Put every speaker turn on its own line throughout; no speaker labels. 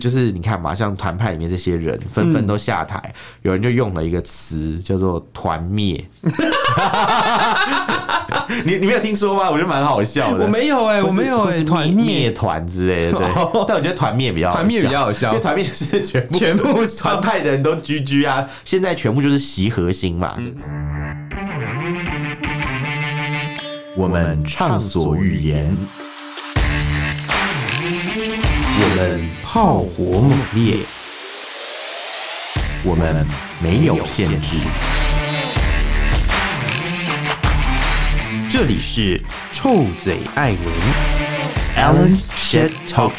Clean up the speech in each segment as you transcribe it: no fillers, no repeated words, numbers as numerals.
就是你看嘛，像团派里面这些人纷纷都下台，有人就用了一个词叫做团灭。你没有听说吗？我觉得蛮好笑的。
我没有我没有
团灭团之类的，对。但我觉得团灭比较好笑，因为团灭就是全部团派的人都居啊，现在全部就是习核心嘛。我们畅所欲言，我们炮火猛烈，我们没有限制。这里是臭嘴艾伦 Alan's Shit Talk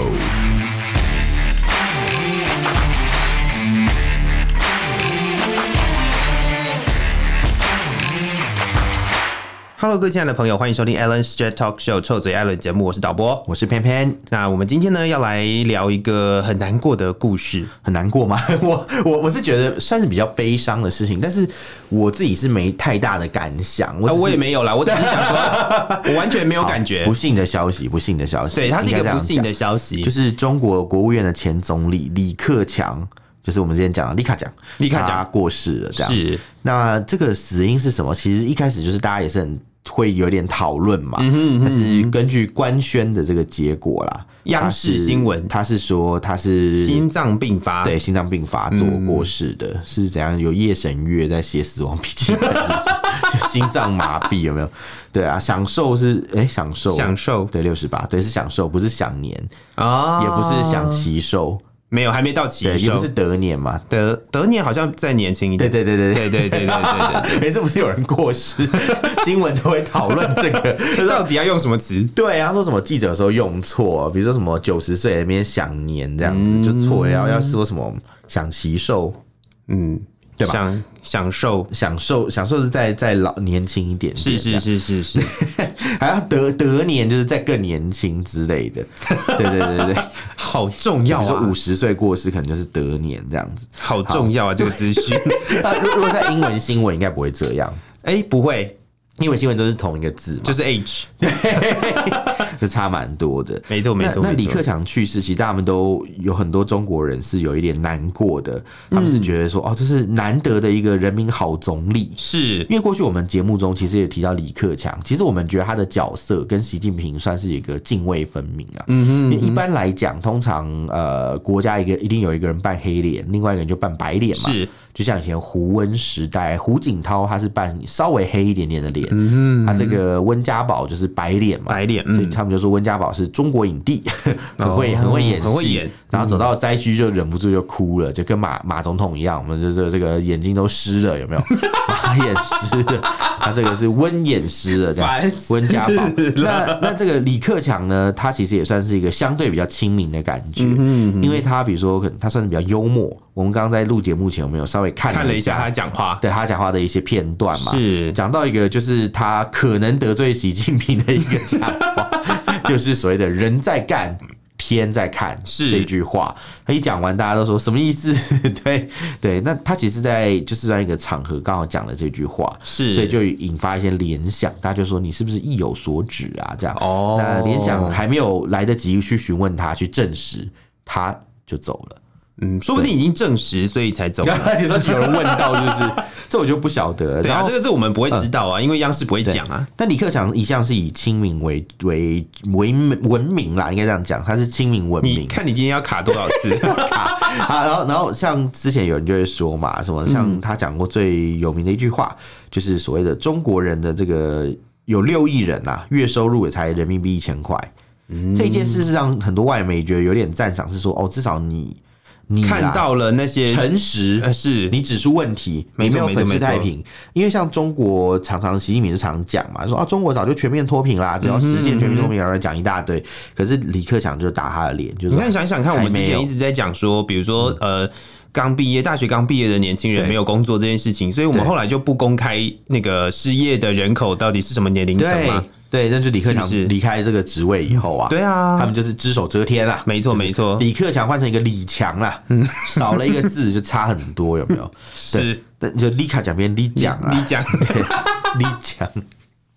Show。Hello， 各位亲爱的朋友，欢迎收听 Alan's Shit Talk Show 臭嘴艾伦节目，我是导播，
我是偏偏。
那我们今天呢要来聊一个很难过的故事。
很难过吗？我是觉得算是比较悲伤的事情，但是我自己是没太大的感想。
我也没有啦，我只是想说，我完全没有感觉。
不幸的消息，
对，它是一个不幸的消息，
就是中国国务院的前总理李克强。就是我们之前讲的李克强他过世了，这样是。那这个死因是什么？其实一开始就是大家也是会有点讨论嘛，但是根据官宣的这个结果啦，
央视新闻
他是说他是
心脏病发，
对，心脏病发作过世的，是怎样？有夜神月在写死亡笔记，是不是？就心脏麻痹有没有？对啊，享受是享受对68，对是享受，不是享年啊，也不是享其寿。
没有，还没到期寿，
也不是得年嘛，
得年好像再年轻一点。
对，每次不是有人过世，新闻都会讨论这个，
到底要用什么词？
对，他说什么记者的时候用错，比如说什么90岁那边享年这样子就错，要说什么享其寿，对吧？享受是再老年轻一点，
是，
还要得年就是再更年轻之类的，对，
好重要啊！
比如说50岁过世，可能就是得年这样子，
好重要啊！这个资讯，
如果在英文新闻应该不会这样，
不会。
英文新闻都是同一个字嘛，
就是 H，
就差蛮多的。
没错。
那李克强去世，其实他们都有很多中国人是有一点难过的，他们是觉得说，这是难得的一个人民好总理。是因为过去我们节目中其实也提到李克强，其实我们觉得他的角色跟习近平算是一个泾渭分明啊。因为一般来讲，通常国家一定有一个人扮黑脸，另外一个人就扮白脸嘛。是。就像以前胡温时代，胡锦涛他是扮稍微黑一点点的脸，他这个温家宝就是白脸嘛，所以他们就说温家宝是中国影帝，很会演戏，然后走到灾区就忍不住就哭了，就跟马总统一样，我们这个眼睛都湿了，有没有？马眼湿了，他这个是温眼湿了，这样温家宝。那这个李克强呢，他其实也算是一个相对比较亲民的感觉，因为他比如说他算是比较幽默。我们刚刚在录节目前有没有稍微看了一下
他讲话？
对他讲话的一些片段嘛，
是
讲到一个就是他可能得罪习近平的一个讲话，就是所谓的人在干天在看这句话。他一讲完，大家都说什么意思？对，那他其实在就是在一个场合刚好讲了这句话，是，所以就引发一些联想，大家就说你是不是意有所指啊？这样那联想还没有来得及去询问他去证实，他就走了。
说不定已经证实，所以才走了。
而且说有人问到，就是这我就不晓得了。
对啊，这我们不会知道啊，因为央视不会讲啊。
但李克强一向是以亲民为闻名啦，应该这样讲，他是亲民闻名。
你看你今天要卡多少次？
然后像之前有人就会说嘛，什么像他讲过最有名的一句话，就是所谓的中国人的这个有6亿人啊，月收入也才人民币1000块。这件事是让很多外媒觉得有点赞赏，是说至少你
看到了那些
诚实，是你指出问题，你没有粉饰太平。因为像中国常常习近平是常讲嘛，说中国早就全面脱贫啦，只要实现全面脱贫，然后讲一大堆。可是李克强就打他的脸，就是
你想看，我们之前一直在讲说，比如说大学刚毕业的年轻人没有工作这件事情，所以我们后来就不公开那个失业的人口到底是什么年龄层嘛。
对，那就李克强离开这个职位以后啊，
对啊，
他们就是只手遮天啊，
没错，
李克强换成一个李强啦，少了一个字就差很多，有没有？
是，
就李克强变李强啊，
李强，
李强。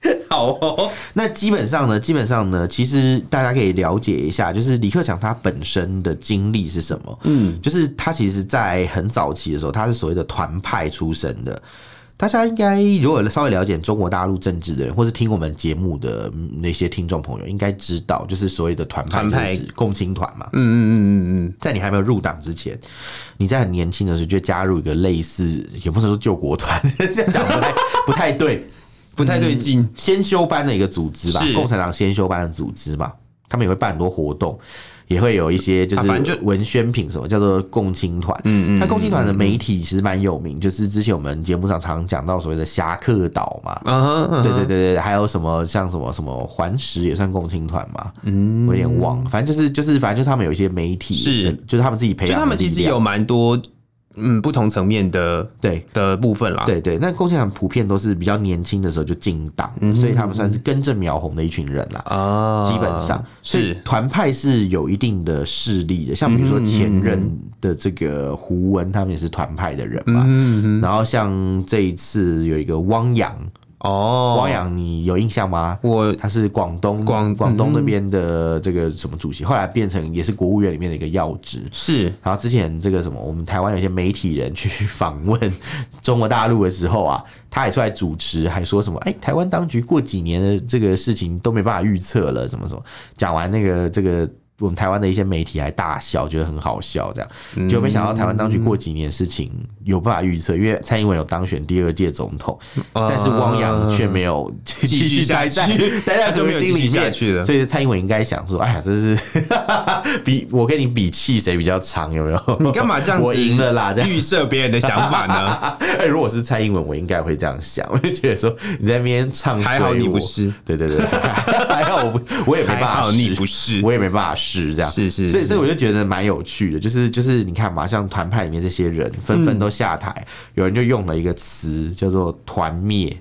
好哦，
那基本上呢，其实大家可以了解一下，就是李克强他本身的经历是什么。就是他其实在很早期的时候，他是所谓的团派出身的。大家应该如果稍微了解中国大陆政治的人，或是听我们节目的那些听众朋友，应该知道，就是所谓的团派政治、共青团嘛。在你还没有入党之前，你在很年轻的时候就加入一个类似，也不能说救国团，这样讲不太对。
不太对劲，
先修班的一个组织吧，共产党先修班的组织嘛，他们也会办很多活动，也会有一些就是文宣品什么叫做共青团。那共青团的媒体其实蛮有名，就是之前我们节目上常讲到所谓的侠客岛嘛，对，还有什么像什么环石也算共青团嘛，我有点忘了，反正就是他们有一些媒体，就是他们自己培养的力量，就
他们其实有蛮多。不同层面的部分啦，
对，那共产党普遍都是比较年轻的时候就进党，所以他们算是根正苗红的一群人啦。基本上，所以团派是有一定的势力的，像比如说前任的这个胡文，他们也是团派的人嘛。然后像这一次有一个汪洋。汪洋你有印象吗？他是广东那边的这个什么主席，后来变成也是国务院里面的一个要职。是，然后之前这个什么，我们台湾有些媒体人去访问中国大陆的时候啊，他也出来主持，还说什么台湾当局过几年的这个事情都没办法预测了，什么什么。讲完那个这个。我们台湾的一些媒体还大笑，觉得很好笑，这样就没想到台湾当局过几年的事情有办法预测，因为蔡英文有当选第2届总统，但是汪洋却没有继续待在核心里面，所以蔡英文应该想说：“哎呀，这是比我跟你比气谁比较长，有没有？
你干嘛这样子？
我赢了啦！这样
预设别人的想法呢？
如果是蔡英文，我应该会这样想，我就觉得说你在那边唱衰我，
还好你不是，
对，还好我也没办法，
还好你不是，
我也没办法。”这样是，所以我就觉得蛮有趣的，就是你看嘛，像团派里面这些人纷纷都下台，有人就用了一个词叫做“团灭”，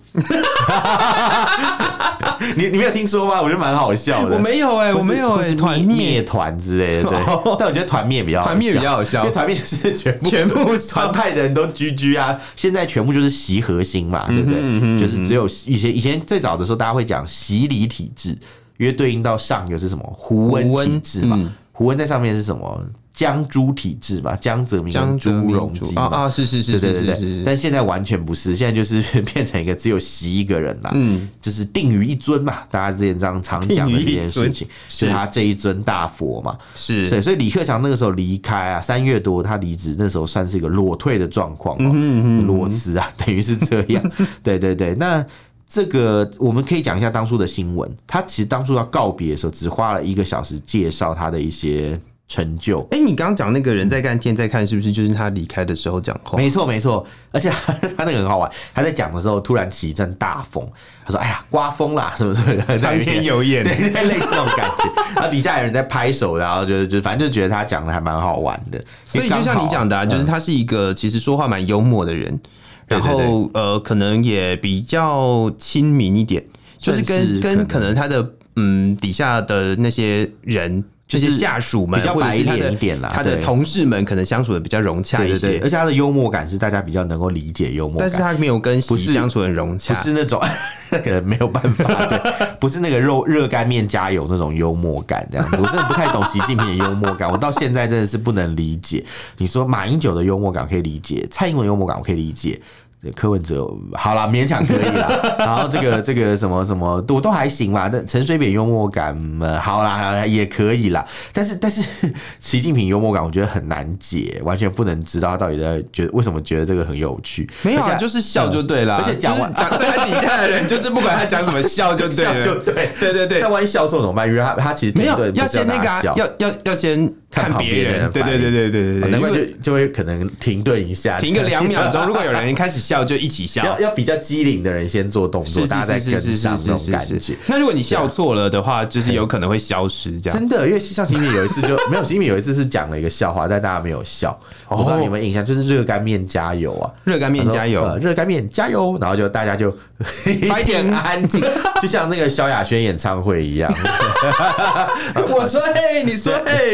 你没有听说吗？我觉得蛮好笑的。
我没有我没有
团灭团之类的，对。但我觉得团灭比较
好笑，
因为团灭就是全部团派的人都居啊，现在全部就是习核心嘛，对不对？就是只有以前最早的时候，大家会讲习李体制。因为对应到上游是什么胡温体制嘛，胡温在上面是什么江朱体制嘛，江泽民跟朱镕基嘛，是，对。但现在完全不是，现在就是变成一个只有习一个人啦，就是定于一尊嘛，大家之前这样常讲的这件事情，是他这一尊大佛嘛，是。所以李克强那个时候离开啊，3月多他离职，那时候算是一个裸退的状况，裸辞啊，等于是这样，对，那。这个我们可以讲一下当初的新闻。他其实当初要告别的时候，只花了1个小时介绍他的一些成就。
你刚刚讲那个人在看天在看，是不是就是他离开的时候讲话？
没错，而且他那个很好玩，他在讲的时候突然起一阵大风，他说：“哎呀，刮风啦，是不是？
苍天有眼。”
对，类似那种感觉。然后底下有人在拍手，然后就反正就觉得他讲的还蛮好玩的。
所以就像你讲的，就是他是一个其实说话蛮幽默的人。然后可能也比较亲民一点，就是跟可能他的底下的那些人。就是下属们，
比较白脸一点啦，
他的同事们可能相处的比较融洽一些，
对，而且他的幽默感是大家比较能够理解幽默感，
但是他没有跟习相处很融洽，
不是那种可能没有办法，对，不是那个热干面加油那种幽默感这样子，我真的不太懂习近平的幽默感，我到现在真的是不能理解。你说马英九的幽默感我可以理解，蔡英文幽默感我可以理解。柯文哲好啦，勉强可以啦。然后这个什么我都还行啦。但陈水扁幽默感好啦也可以啦。但是习近平幽默感我觉得很难解，完全不能知道他到底在为什么觉得这个很有趣。
没有啊，就是笑就对了。而且讲完在他底下的人，就是不管他讲什么笑就对了，
笑就对。那万一笑错怎么办？因为他其实
没有要先那个要先。看别人，对，
难怪就会可能停顿一下，
停个2秒钟。如果有人开始笑，就一起笑。
要比较机灵的人先做动作，大家再跟上那种感觉。
那如果你笑错了的话，就是有可能会消失。这样
真的，因为像习近平有一次就没有，习近平有一次是讲了一个笑话，但大家没有笑。我不知道你有没有印象，就是热干面加油啊，
热干面加油，
热干面加油，然后就大家就
一点
安静，就像那个萧亚轩演唱会一样。
我说嘿，你说嘿，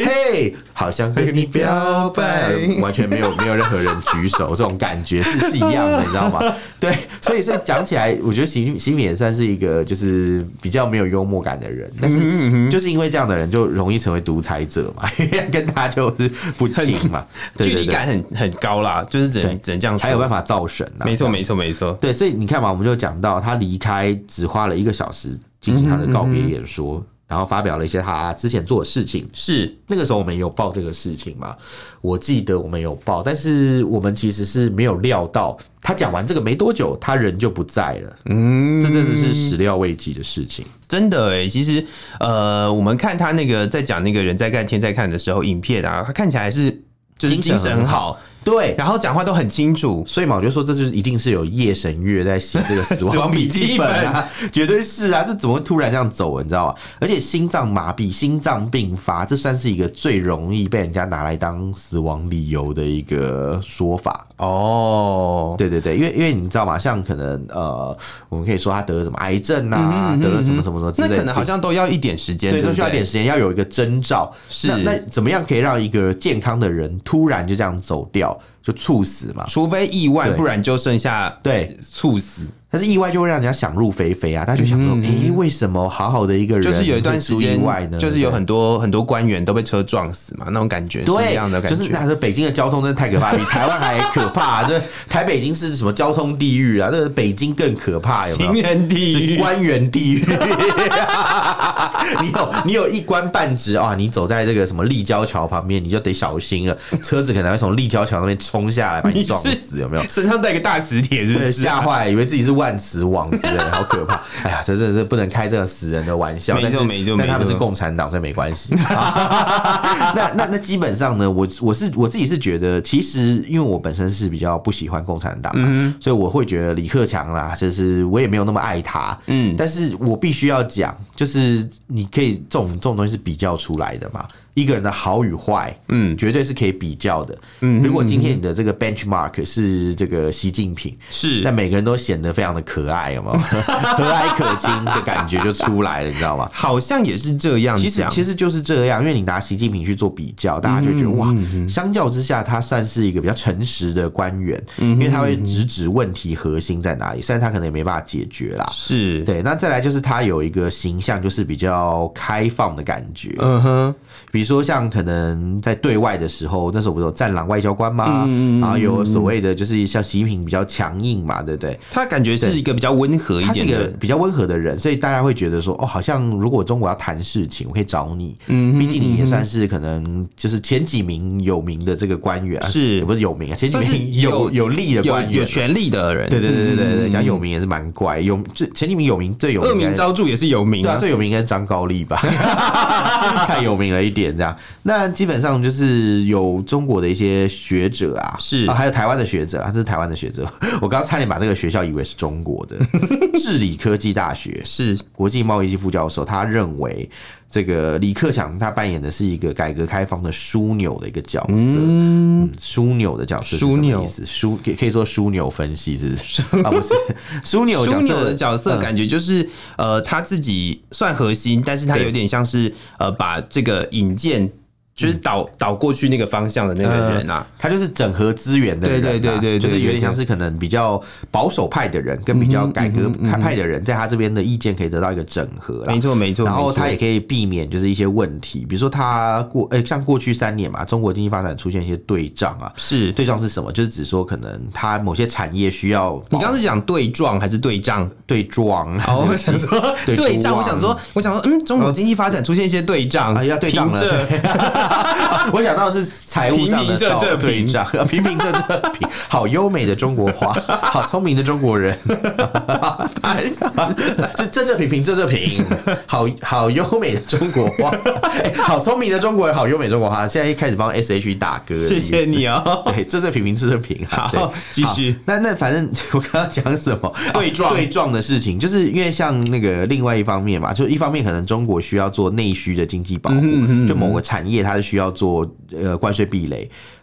好想跟你表白，完全没有任何人举手，这种感觉是一样的，你知道吗？对，所以讲起来，我觉得习近平也算是一个就是比较没有幽默感的人，但是就是因为这样的人就容易成为独裁者嘛，因为跟他就是不亲嘛，
距离感很高啦，就是只能这样说，
才有办法造神啊。
没错，
对，所以你看嘛，我们就讲到他离开只花了1个小时进行他的告别演说。然后发表了一些他之前做的事情，
是
那个时候我们有报这个事情嘛？我记得我们有报，但是我们其实是没有料到，他讲完这个没多久，他人就不在了。这真的是始料未及的事情，
真的哎。其实我们看他那个在讲那个人在干天在看的时候，影片啊，他看起来是就是精神很好。
对，
然后讲话都很清楚，
所以嘛，我就说这就是一定是有夜神月在写这个死亡笔记本啊，绝对是啊，这怎么会突然这样走，你知道吗？而且心脏麻痹、心脏病发，这算是一个最容易被人家拿来当死亡理由的一个说法哦。对，因为你知道吗？像可能我们可以说他得了什么癌症啊，得了什么之类的，
那可能好像都要一点时间，
对，都需要一点时间，要有一个征兆。是那怎么样可以让一个健康的人突然就这样走掉？就猝死嘛，
除非意外，不然就剩下猝死。
但是意外就会让人家想入非非啊，大家就想说，为什么好好的一个人，
就是有一段时间
意外呢？
就是有很多官员都被车撞死嘛，那种感觉是一样的感觉。
就是那北京的交通真的太可怕，比台湾还可怕。这台北已经是什么交通地狱啊？这个北京更可怕，有没有？
行人地狱、
官员地狱。你有一官半职啊，你走在这个什么立交桥旁边，你就得小心了，车子可能会从立交桥那边冲下来把你撞死，有没有？
身上带个大磁铁，是不是？
吓坏，以为自己是万磁王之类的，好可怕！哎呀，这真的是不能开这个死人的玩笑。
没错，
但他们是共产党，所以没关系。那基本上呢，我自己是觉得，其实因为我本身是比较不喜欢共产党，所以我会觉得李克强啦，就是我也没有那么爱他，但是我必须要讲，就是你可以这种东西是比较出来的嘛。一个人的好与坏，绝对是可以比较的。如果今天你的这个 benchmark 是这个习近平，是，但每个人都显得非常的可爱，有没有？和蔼可亲的感觉就出来了，你知道吗？
好像也是这样讲，
其实就是这样，因为你拿习近平去做比较，大家就觉得哇，相较之下，他算是一个比较诚实的官员，因为他会直指问题核心在哪里，虽然他可能也没办法解决啦。是对，那再来就是他有一个形象，就是比较开放的感觉，比如说像可能在对外的时候，那时候不是有战狼外交官嘛，然后有所谓的就是像习近平比较强硬嘛，对不对？
他感觉是一个比较温和一点的，
他是一个比较温和的人，所以大家会觉得说，哦，好像如果中国要谈事情，我可以找你，毕竟你也算是可能就是前几名有名的这个官员，是也不是有名啊，前几名有利的官员，
有权力的人，
对，讲有名也是蛮怪，前几名有名最有名，
恶名昭著也是有名，
对啊，最有名应该是张高丽吧，太有名了一点这样。那基本上就是有中国的一些学者啊，是还有台湾的学者啊，这是台湾的学者。我刚刚差点把这个学校以为是中国的治理科技大学，是国际贸易系副教授，他认为这个李克强他扮演的是一个改革开放的枢纽的一个角色。枢纽的角色是什么意思？可以做枢纽分析，是不是？啊，不是枢纽
的角色，感觉就是他自己算核心，但是他有点像是把这个引荐。就是导过去那个方向的那个人啊，
他就是整合资源的人，对，就是有点像是可能比较保守派的人跟比较改革派的人，在他这边的意见可以得到一个整合啦，
没错。
然后他也可以避免就是一些问题，比如说他像过去3年嘛，中国经济发展出现一些对仗啊，是对仗是什么？就是指说可能他某些产业需要，
你刚刚是讲对撞还是对仗？
对撞，
我想说对仗，我想说，中国经济发展出现一一些对仗，
要对仗了。我想到的是财务上的对仗，平这平，好优美的中国话，好聪明的中国人，烦死了！这平，好优美的中国话，好聪明的中国人，好优美中国话。现在一开始帮 SH 打歌，
谢谢你哦。
对，这平，
好，继续。
那反正我刚刚讲什么对撞的事情，就是因为像那个另外一方面嘛，就一方面可能中国需要做内需的经济保护，就某个产业它是需要做关税壁垒，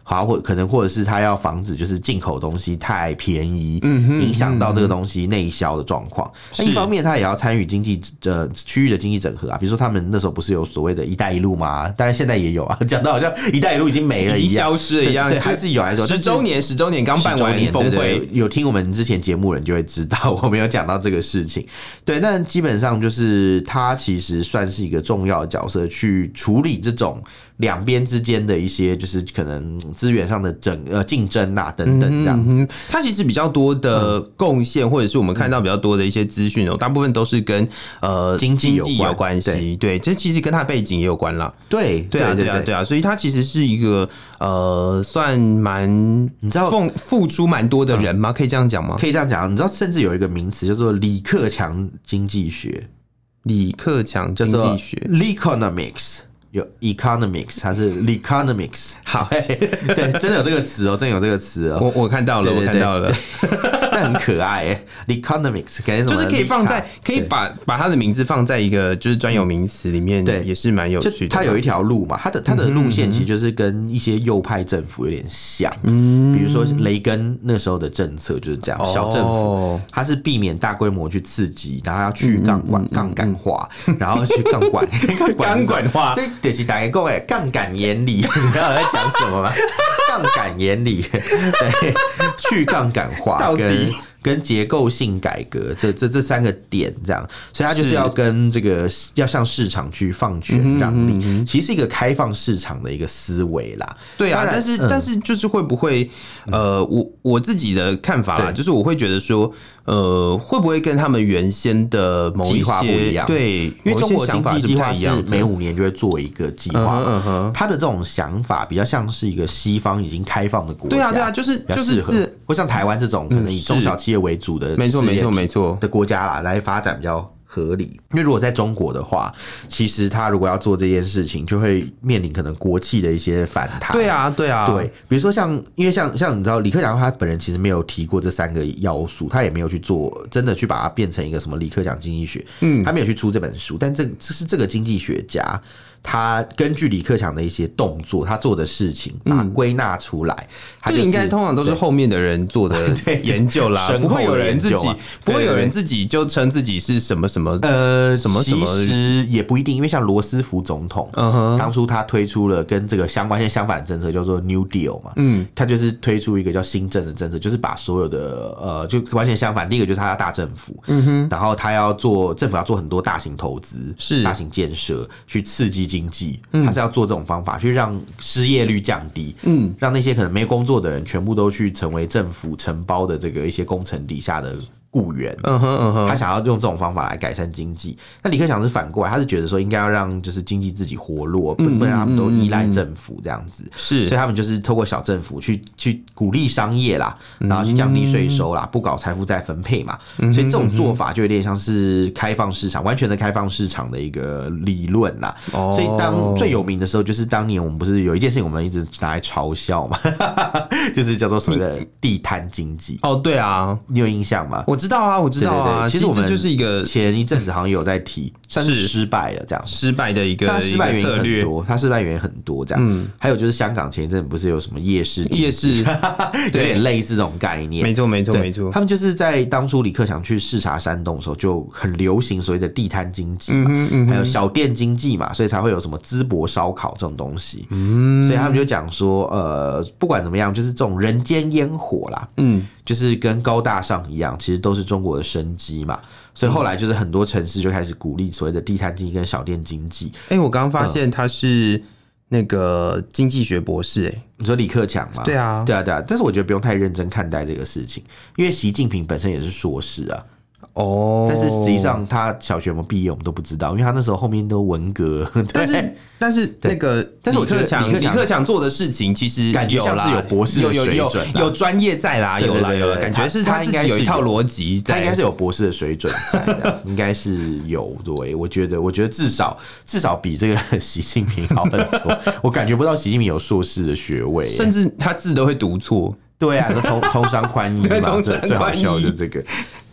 好，或者是他要防止就是进口东西太便宜，影响到这个东西内销的状况。那一方面，他也要参与区域的经济整合啊，比如说他们那时候不是有所谓的一带一路吗？当然现在也有啊，讲到好像一带一路已经没了一样，
已经消失了一样，
对，还是有，还是有。
10周年刚办完峰会，
有听我们之前节目人就会知道，我们有讲到这个事情。对，但基本上就是他其实算是一个重要的角色，去处理这种两边之间的一些就是可能资源上的竞争啊等等这样子。
他其实比较多的贡献，或者是我们看到比较多的一些资讯大部分都是跟经济有关系。对，这其实跟他的背景也有关啦。
对
啊，所以他其实是一个算蛮你知道付出蛮多的人吗？可以这样讲吗？
可以这样讲。你知道，甚至有一个名词叫做李克强经济学。
李克强经济学
，Leconomics。有 economics， 它是 economics。
好，
对，真的有这个词真的有这个词
我看到了，我看到了，
但很可爱economics，
就是可以放在，可以把它的名字放在一个就是专有名词里面，对，也是蛮有趣的。
它有一条路嘛，它的路线其实就是跟一些右派政府有点像，比如说雷根那时候的政策就是这样，小政府它是避免大规模去刺激，然后要去杠杆化，然后去杠
杆化。
就是大家说杠杆原理，你知道我在讲什么吗？杠杆原理，对，去杠杆化跟结构性改革这三个点这样，所以他就是要跟这个要向市场去放权让利，其实是一个开放市场的一个思维啦。
对啊，但是就是会不会我自己的看法啦，就是我会觉得说会不会跟他们原先的某一些计划不一样？对，
因为中国经济计划是每5年就会做一个计划嘛，他的这种想法比较像是一个西方已经开放的国家，
对啊，就是
或像台湾这种可能以中小企业为主的
没错
的国家啦来发展比较合理。因为如果在中国的话，其实他如果要做这件事情，就会面临可能国企的一些反弹。
对啊，
对，比如说因为像你知道李克强他本人其实没有提过这3个要素，他也没有去做真的去把它变成一个什么李克强经济学，他没有去出这本书，但这是这个经济学家。他根据李克强的一些动作，他做的事情，把它归纳出来。
这应该通常都是后面的人做的研究啦，不会有人自己就称自己是什么什么什么什么。
其实也不一定，因为像罗斯福总统，当初他推出了跟这个完全相反的政策，叫做 New Deal 嘛，他就是推出一个叫新政的政策，就是把所有的就完全相反。第一个就是他要大政府，然后他政府要做很多大型投资、大型建设，去刺激经济，他是要做这种方法去让失业率降低，让那些可能没工作的人全部都去成为政府承包的这个一些工程底下的雇员，他想要用这种方法来改善经济。那李克强是反过来，他是觉得说应该要让就是经济自己活络，不然他们都依赖政府这样子。
是，
所以他们就是透过小政府去鼓励商业啦，然后去降低税收啦，不搞财富再分配嘛。所以这种做法就有点像是开放市场，完全的开放市场的一个理论啦。所以当最有名的时候，就是当年我们不是有一件事情我们一直拿来嘲笑嘛，就是叫做所谓的地摊经济。
对啊，
你有印象吗？
我知道啊，对，
其实我们
就是一个
前一阵子好像有在提，算是失败了这样，
失败的一个
失败原因很多，它失败原因很多这样。还有就是香港前一阵不是有什么夜市，有点类似这种概念。
没错。
他们就是在当初李克强去视察山东的时候，就很流行所谓的地摊经济嘛，还有小店经济嘛，所以才会有什么淄博烧烤这种东西。所以他们就讲说，不管怎么样，就是这种人间烟火啦，就是跟高大上一样，其实都是中国的生机嘛。所以后来就是很多城市就开始鼓励所谓的地摊经济跟小店经济。
我刚刚发现他是那个经济学博士。
你说李克强吗？
对啊。
但是我觉得不用太认真看待这个事情，因为习近平本身也是硕士啊。但是实际上他小学有没有毕业我们都不知道，因为他那时候后面都文革。
但是那个，李克强做的事情其实
感觉像是有博士的水准，
有专业在啦，有啦，感觉是他自己有一套逻辑在，
他应该是有博士的水准在的，应该是有。对，我觉得至少比这个习近平好很多。我感觉不到习近平有硕士的学位，
甚至他字都会读错。
对啊，通商宽衣嘛，最好笑的这个。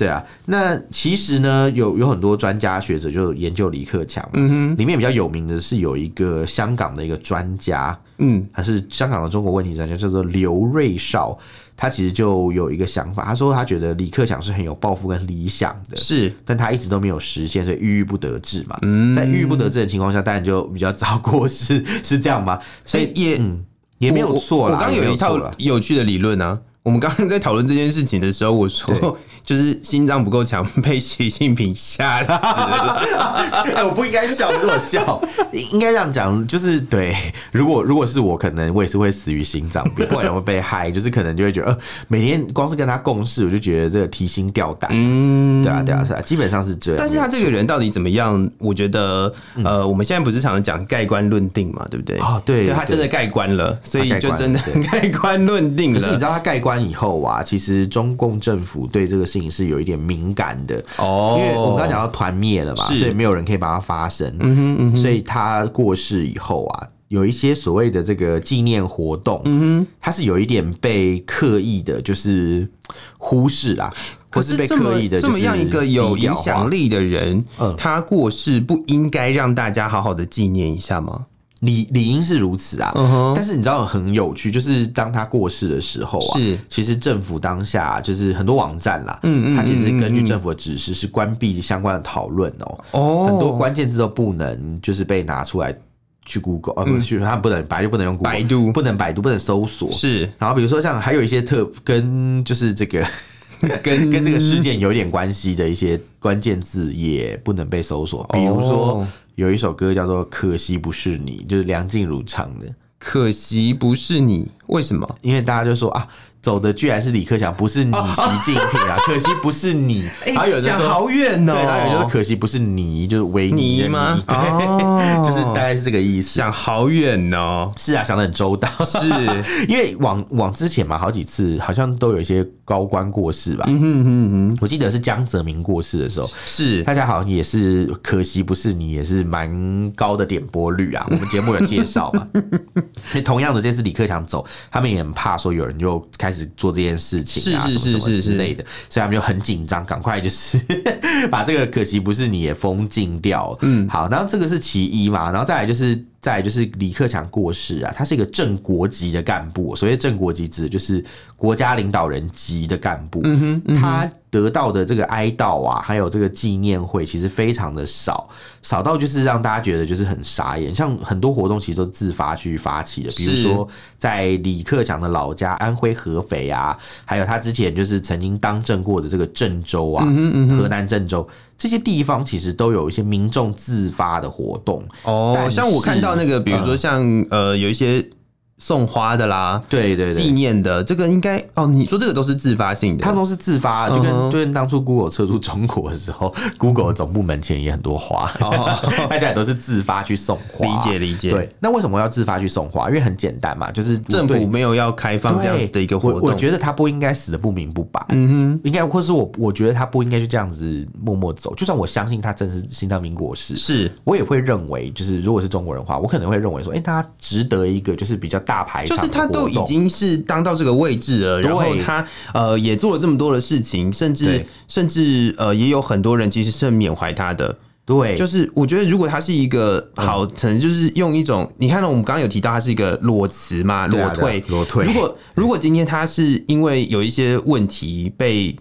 对啊，那其实呢，有很多专家学者就研究李克强嘛，里面比较有名的是有一个香港的一个专家，他是香港的中国问题专家，叫做刘瑞绍。他其实就有一个想法，他说他觉得李克强是很有抱负跟理想的，
是，
但他一直都没有实现，所以郁郁不得志嘛。在郁郁不得志的情况下，当然就比较早过世，是这样吗？所以也没有错啦。
我刚有一套有趣的理论啊。我们刚刚在讨论这件事情的时候，我说就是心脏不够强，被习近平吓死了。
我不应该笑，可是我笑。应该这样讲，就是对。如果是我，可能我也是会死于心脏病，不管有没有被害，就是可能就会觉得，每天光是跟他共事，我就觉得这个提心吊胆。对啊，是啊，基本上是这样。
但是他这个人到底怎么样？我觉得，我们现在不是常常讲盖棺论定嘛，对不对？
对，
他真的盖棺了，所以就真的盖棺论定了。
可是你知道他盖棺以后啊，其实中共政府对这个事情是有一点敏感的因为我们刚刚讲到团灭了嘛，所以没有人可以帮他发声，所以他过世以后啊，有一些所谓的这个纪念活动，他是有一点被刻意的，就是忽视啦。
可是这么样一个有影响力的人，他过世不应该让大家好好的纪念一下吗？
理应是如此啊，但是你知道很有趣，就是当他过世的时候啊，其实政府当下就是很多网站啦，它其实根据政府的指示是关闭相关的讨论很多关键字都不能就是被拿出来去 Google， 不是他不能，本来就不能用 Google， 百度不能搜索，
是。
然后比如说像还有一些跟就是这个。跟这个事件有点关系的一些关键字也不能被搜索，比如说有一首歌叫做《可惜不是你》，就是梁静茹唱的。
可惜不是你，为什么？
因为大家就说啊，走的居然是李克强，不是你习近平啊！可惜不是你，然后有的说
好远哦，
对，然后有的说可惜不是你，就是维尼吗？对，就是大概是这个意思。
想好远哦，
是啊，想得很周到。
是
因为往之前嘛，好几次好像都有一些高官过世吧。我记得是江泽民过世的时候，
是
大家好像也是可惜不是你，也是蛮高的点播率啊。我们节目有介绍嘛。同样的，这次李克强走，他们也很怕说有人就开始做这件事情啊，什么之类的，所以他们就很紧张，赶快就是把这个可惜不是你也封禁掉。好，然后这个是其一嘛，然后再来就是李克强过世啊，他是一个正国级的干部，所谓正国级指的就是国家领导人级的干部，他得到的这个哀悼啊，还有这个纪念会，其实非常的少到就是让大家觉得就是很傻眼。像很多活动其实都自发去发起的，比如说在李克强的老家安徽合肥啊，还有他之前就是曾经当政过的这个郑州啊，河南郑州。这些地方其实都有一些民众自发的活动
像我看到那个，比如说像有一些送花的啦，
对，
纪念的，这个应该你说这个都是自发性的，
它都是自发，就跟当初 Google 撤出中国的时候，Google 总部门前也很多花，大家也都是自发去送花。
理解。
对，那为什么要自发去送花？因为很简单嘛，就是
政府没有要开放这样子的一个活动。
我觉得他不应该死得不明不白，应该或是我觉得他不应该就这样子默默走。就算我相信他真是心脏病过世，
是我
也会认为，就是如果是中国人的话，我可能会认为说，他值得一个就是比较大牌场的活动，
就是他都已经是当到这个位置了，然后他也做了这么多的事情，甚至也有很多人其实是很缅怀他的。
对，
就是我觉得如果他是一个好，可能就是用一种你看到我们刚刚有提到他是一个裸辞嘛，裸退。如果今天他是因为有一些问题被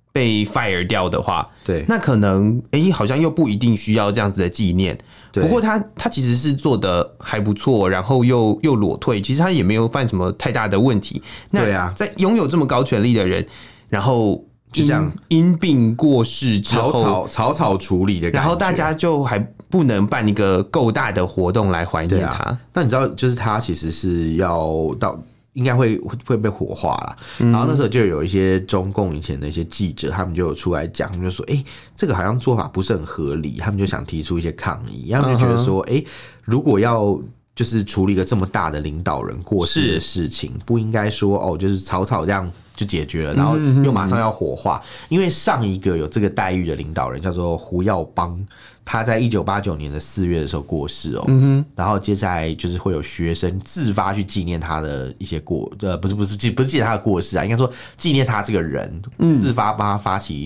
fire 掉的话，
对，
那可能好像又不一定需要这样子的纪念。不过他其实是做的还不错，然后又裸退，其实他也没有犯什么太大的问题。
对啊，
在拥有这么高权力的人，然后就这样因病过世之后，
草草处理的感觉，
然后大家就还不能办一个够大的活动来怀念他。
那你知道，就是他其实是要到。应该会被火化啦。然后那时候就有一些中共以前的一些记者，他们就有出来讲，他们就说，这个好像做法不是很合理，他们就想提出一些抗议，他们就觉得说，如果要就是处理一个这么大的领导人过世的事情，不应该说就是草草这样就解决了，然后又马上要火化，因为上一个有这个待遇的领导人叫做胡耀邦。他在1989年的4月的时候过世然后接下来就是会有学生自发去纪念他的一些不是纪念他的过世啊，应该说纪念他这个人，自发帮他发起一些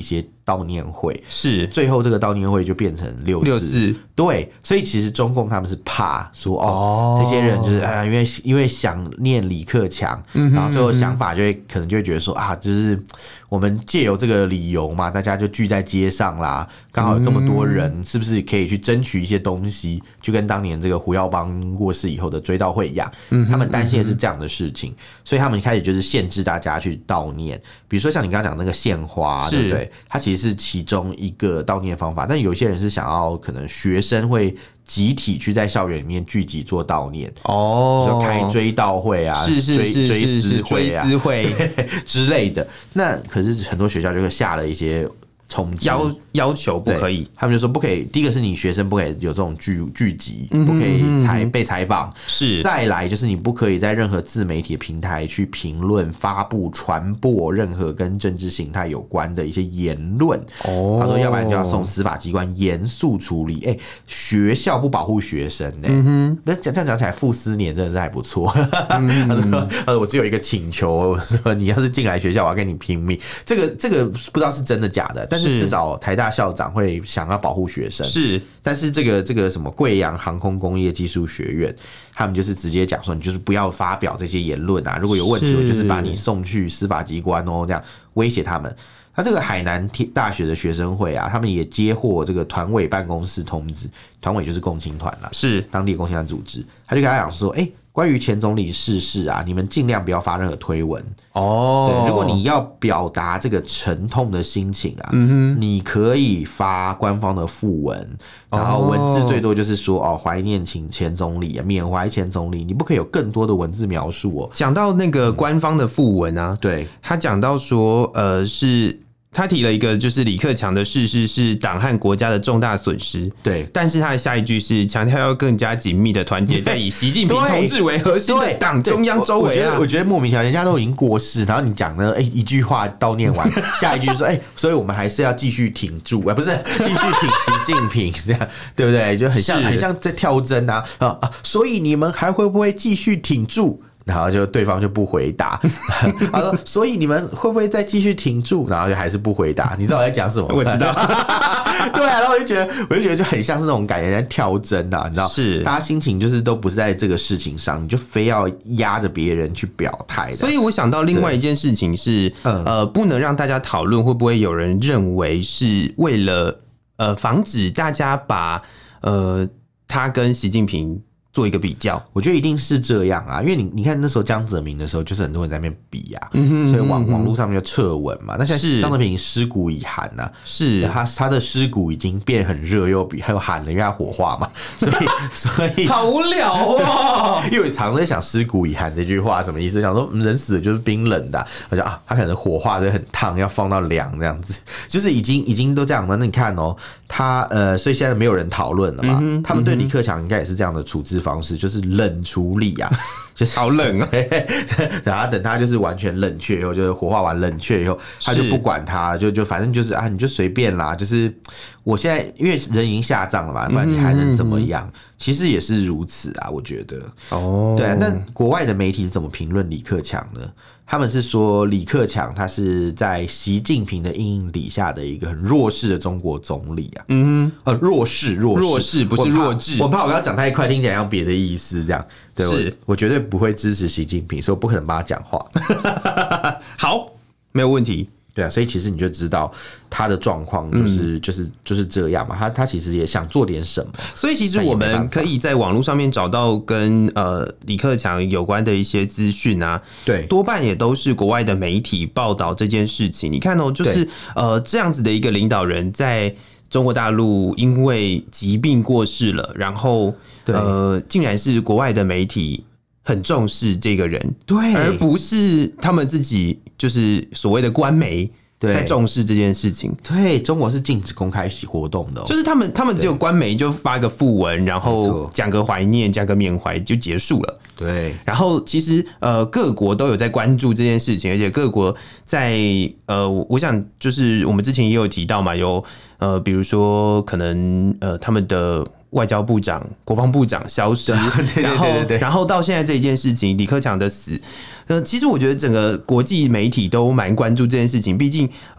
悼念会，
是
最后这个悼念会就变成6·4，对，所以其实中共他们是怕说这些人就是因为想念李克强，然后最后想法可能就会觉得说就是我们借由这个理由嘛，大家就聚在街上啦，刚好有这么多人，是不是可以去争取一些东西，就跟当年这个胡耀邦过世以后的追悼会一样，他们担心的是这样的事情，所以他们开始就是限制大家去悼念，比如说像你刚刚讲那个献花，对不对？它其实是其中一个悼念方法，但有些人是想要可能学生会集体去在校园里面聚集做悼念，就开追悼会啊，追思会啊之类的。那可是很多学校就下了一些冲击
要求不可以，
他们就说不可以。第一个是你学生不可以有这种聚集，不可以被采访，
是。再
来就是你不可以在任何自媒体的平台去评论、发布、传播任何跟政治形态有关的一些言论。他说，要不然就要送司法机关严肃处理。学校不保护学生那这样讲起来，傅斯年真的是还不错。他说我只有一个请求，我说你要是进来学校，我要跟你拼命。这个不知道是真的假的，但是至少台大校长会想要保护学生，
是。
但是这个什么贵阳航空工业技术学院，他们就是直接讲说，你就是不要发表这些言论啊，如果有问题，我就是把你送去司法机关这样威胁他们。那这个海南大学的学生会啊，他们也接获这个团委办公室通知，团委就是共青团啦，
是
当地共青团组织，他就跟他讲说，关于前总理逝世啊，你们尽量不要发任何推文对，如果你要表达这个沉痛的心情啊，你可以发官方的讣文，然后文字最多就是说怀念前总理啊，缅怀前总理，你不可以有更多的文字描述
讲到那个官方的讣文啊，
对，
他讲到说是。他提了一个，就是李克强的逝世是党和国家的重大损失。
对，
但是他的下一句是强调要更加紧密的团结在以习近平同志为核心的党中央周围
我觉得莫名其妙，人家都已经过世，然后你讲的一句话悼念完，下一句说所以我们还是要继续挺住，不是继续挺习近平，这样对不对？就很像在跳针啊，所以你们还会不会继续挺住？然后就对方就不回答，他说：“所以你们会不会再继续挺住？”然后就还是不回答。你知道我在讲什么？
我知道。
对啊，然后我就觉得就很像是那种感觉在跳针啊，你知道？
是，
大家心情就是都不是在这个事情上，你就非要压着别人去表态的。
所以我想到另外一件事情是，不能让大家讨论会不会有人认为是为了防止大家把他跟习近平做一个比较，
我觉得一定是这样啊，因为你看那时候江泽民的时候，就是很多人在那边比啊，所以网络上面就撤文嘛。那现在江泽民已经尸骨已寒啊，
是
他的尸骨已经变很热，又寒了，因为他火化嘛，所以
好无聊哦。
因为我常在想尸骨已寒这句话什么意思，想说人死了就是冰冷的，我就他可能火化的很烫，要放到凉这样子，就是已经都这样了。那你看他所以现在没有人讨论了嘛，他们对李克强应该也是这样的处置方式，就是冷处理啊，就是
好冷啊。
然后等他就是完全冷却以后，就是火化完冷却以后，他就不管他，就反正就是你就随便啦。就是我现在因为人已经下葬了嘛，不然你还能怎么样？其实也是如此啊，我觉得。对啊，那国外的媒体是怎么评论李克强呢？他们是说李克强他是在习近平的阴影底下的一个很弱势的中国总理啊。弱势不是弱智。我怕我刚刚讲太快，听起来像别的意思这样。对，我绝对不会支持习近平，所以我不可能帮他讲话。
好，没有问题。
对啊，所以其实你就知道他的状况就是这样嘛。他其实也想做点什么，
所以其实我们可以在网络上面找到跟李克强有关的一些资讯啊。
对，
多半也都是国外的媒体报道这件事情。你看就是这样子的一个领导人在中国大陆因为疾病过世了，然后竟然是国外的媒体很重视这个人，
对，
而不是他们自己就是所谓的官媒在重视这件事情。
对，中国是禁止公开活动的
就是他们只有官媒就发个讣文，然后讲个怀念，讲个缅怀就结束了。
对，
然后其实各国都有在关注这件事情，而且各国在我想就是我们之前也有提到嘛，有比如说可能他们的外交部长、国防部长消失，然后到现在这一件事情，李克强的死，其实我觉得整个国际媒体都蛮关注这件事情，毕竟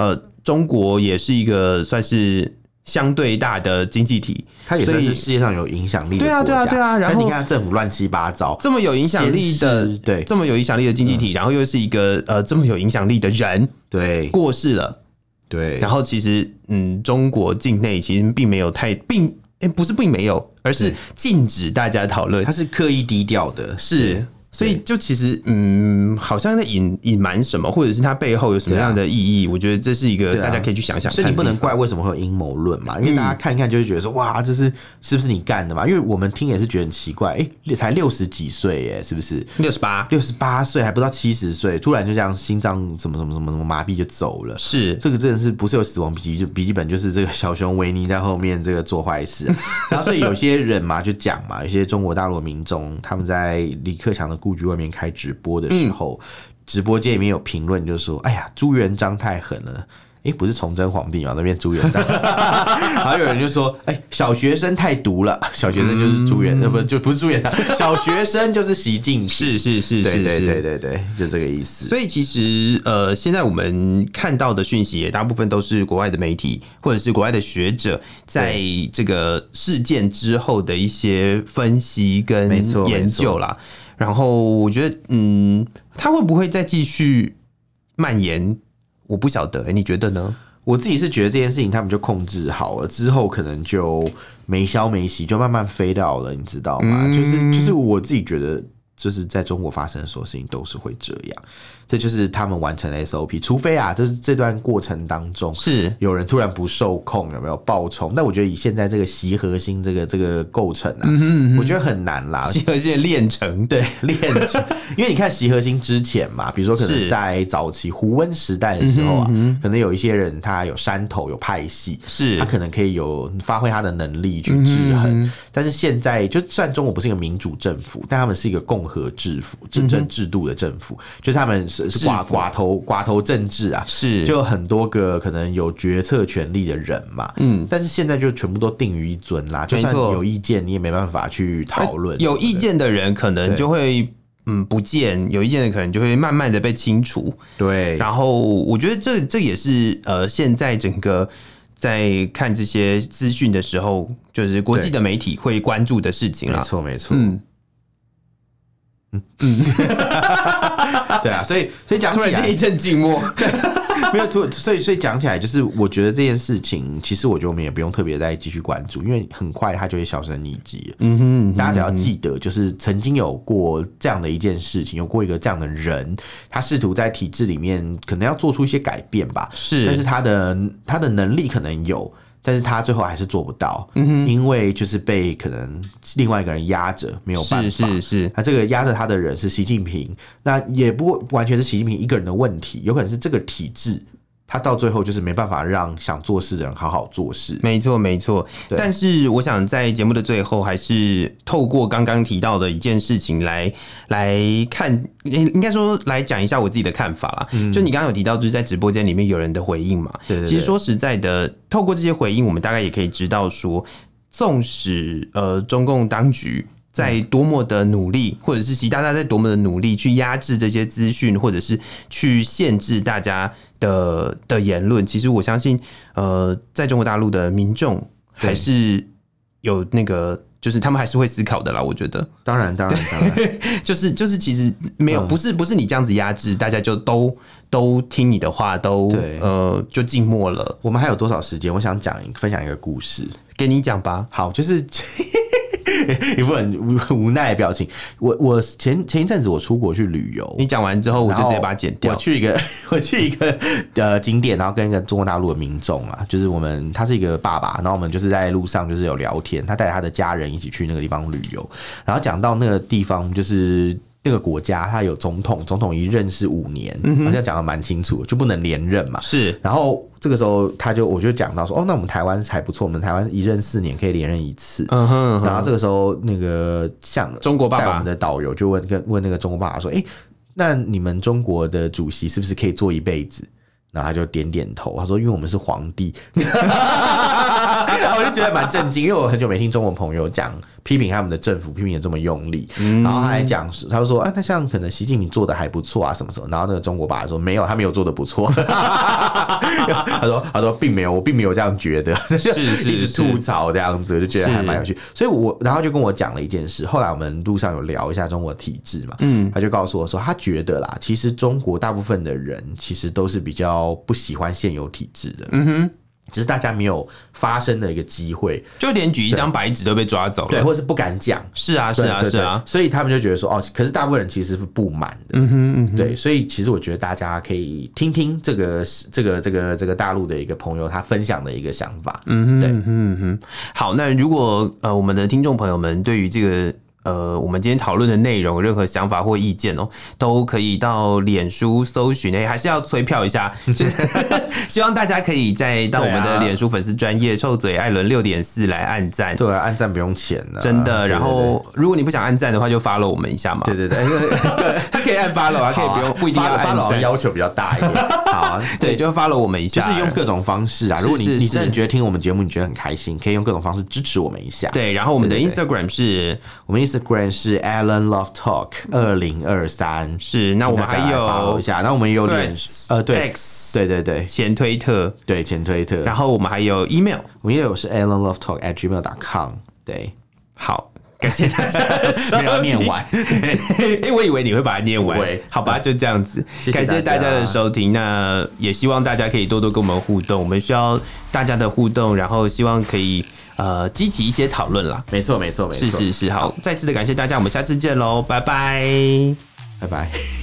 中国也是一个算是相对大的经济体，
它也算是世界上有影响力的国家。
对啊。然后
你看政府乱七八糟，
这么有影响力的，对，这么有影响力的经济体，然后又是一个这么有影响力的人，
对，
过世了，
对。
然后其实中国境内其实并没有不是并没有，而是禁止大家讨论，
它是刻意低调的，
是。所以就其实好像在隐瞒什么，或者是它背后有什么样的意义，我觉得这是一个大家可以去想想看。
所以你不能怪为什么会有阴谋论嘛，因为大家看一看就会觉得说，哇，这是不是你干的嘛？因为我们听也是觉得很奇怪，才60几岁耶，是不是？68岁还不到70岁，突然就这样心脏什么麻痹就走了。
是
这个真的是不是有死亡笔记本，就是这个小熊维尼在后面这个做坏事。然后所以有些人嘛就讲嘛，有些中国大陆的民众他们在李克强的故居外面开直播的时候，直播间里面有评论就说：“哎呀，朱元璋太狠了。”不是崇祯皇帝嘛？那边朱元璋，然后有人就说：“小学生太毒了。”小学生就是朱元，不是朱元璋，小学生就是习近平。是，对，就这个意思。
所以其实现在我们看到的讯息也大部分都是国外的媒体或者是国外的学者在这个事件之后的一些分析跟研究啦。然后我觉得，他会不会再继续蔓延？我不晓得，你觉得呢？
我自己是觉得这件事情他们就控制好了，之后可能就没消没息，就慢慢飞到了，你知道吗？就是我自己觉得，就是在中国发生的所有事情都是会这样。这就是他们完成的 SOP， 除非就是这段过程当中是有人突然不受控，有没有爆冲？但我觉得以现在这个习核心这个构成啊，我觉得很难啦。
习核心的炼成，
对，炼成，因为你看习核心之前嘛，比如说可能在早期胡温时代的时候啊，可能有一些人他有山头有派系，他可能可以有发挥他的能力去制衡。但是现在就算中国不是一个民主政府，但他们是一个共和制度的政府，就是他们是寡头政治啊，是就有很多个可能有决策权力的人嘛，但是现在就全部都定于一尊啦，就算有意见你也没办法去讨论，
有意见的人可能就会不见，有意见的可能就会慢慢的被清除，
对，
然后我觉得这也是现在整个在看这些资讯的时候，就是国际的媒体会关注的事情啦，
没错。对啊，所以讲起来
突然间一阵静默，
没有所以讲起来，就是我觉得这件事情，其实我觉得我们也不用特别再继续关注，因为很快它就会销声匿迹了。大家只要记得，就是曾经有过这样的一件事情，有过一个这样的人，他试图在体制里面可能要做出一些改变吧，但是他的能力可能有。但是他最后还是做不到，因为就是被可能另外一个人压着，没有办法。是，这个压着他的人是习近平，那也不完全是习近平一个人的问题，有可能是这个体制。他到最后就是没办法让想做事的人好好做事。
没错。但是我想在节目的最后，还是透过刚刚提到的一件事情来看，应该说来讲一下我自己的看法啦。就你刚刚有提到，就是在直播间里面有人的回应嘛。对。其实说实在的，透过这些回应，我们大概也可以知道说，纵使中共当局在多么的努力，或者是习大大在多么的努力去压制这些资讯，或者是去限制大家的言论，其实我相信，在中国大陆的民众还是有那个，就是他们还是会思考的啦。我觉得，
当然，
就是其实没有，不是你这样子压制，大家就都听你的话，就静默了。
我们还有多少时间？我想分享一个故事，
给你讲吧。
好，就是。一副很无奈的表情。我前一阵子我出国去旅游，
你讲完之后我就直接把它剪掉。
我去一个景点，然后跟一个中国大陆的民众啊，就是他是一个爸爸，然后我们就是在路上就是有聊天，他带着他的家人一起去那个地方旅游，然后讲到那个地方就是那个国家，他有总统一任是5年，好像讲得蛮清楚，就不能连任嘛。是，然后这个时候我就讲到说，那我们台湾还不错，我们台湾1任4年可以连任1次。然后这个时候那个像
中国爸爸带
我们的导游就问那个中国爸爸说，那你们中国的主席是不是可以做一辈子？然后他就点点头，他说：“因为我们是皇帝。” 我就觉得蛮震惊，因为我很久没听中国朋友讲批评他们的政府，批评的这么用力。然后他还讲，他就说，那像可能习近平做的还不错啊，什么什么。然后那个中国爸爸说，没有，他没有做的不错。他说并没有，我并没有这样觉得，一直吐槽这样子，我就觉得还蛮有趣。所以然后就跟我讲了一件事，后来我们路上有聊一下中国体制嘛，他就告诉我说，他觉得啦，其实中国大部分的人其实都是比较不喜欢现有体制的。只是大家没有发声的一个机会，
就连举一张白纸都被抓走了，
对，或是不敢讲。
是啊，
所以他们就觉得说，可是大部分人其实是不满的。对，所以其实我觉得大家可以听听这个大陆的一个朋友他分享的一个想法。对，
好，那如果我们的听众朋友们对于这个我们今天讨论的内容，任何想法或意见都可以到脸书搜寻。还是要催票一下，就是希望大家可以再到我们的脸书粉丝专页臭嘴艾伦6.4来按赞。
对啊，按赞不用钱的，
真的。然后如果你不想按赞的话，就 follow 我们一下嘛。
对，
他可以按 follow 啊，可以不一定要按赞。
follow 要求比较大一点。好，
对，就 follow 我们一下，
就是用各种方式啊。如果你真的觉得听我们节目你觉得很开心，可以用各种方式支持我们一下。
对，然后我们的 Instagram 是，
我们 Instagram 是 Alan Love Talk 2023，
是。那我们还有
follow 一下，那我们有脸对
X，
对，
前推特，
对前推特。
然后我们还有 email，
我们 email 是 alanlovetalk@gmail.com。对，
好。感谢大家的收听，
没有念完。
我以为你会把它念完。好吧，就这样子。感谢大家的收听，那也希望大家可以多多跟我们互动，我们需要大家的互动，然后希望可以激起一些讨论啦。
没错。
是。好，再次的感谢大家，我们下次见喽，拜拜。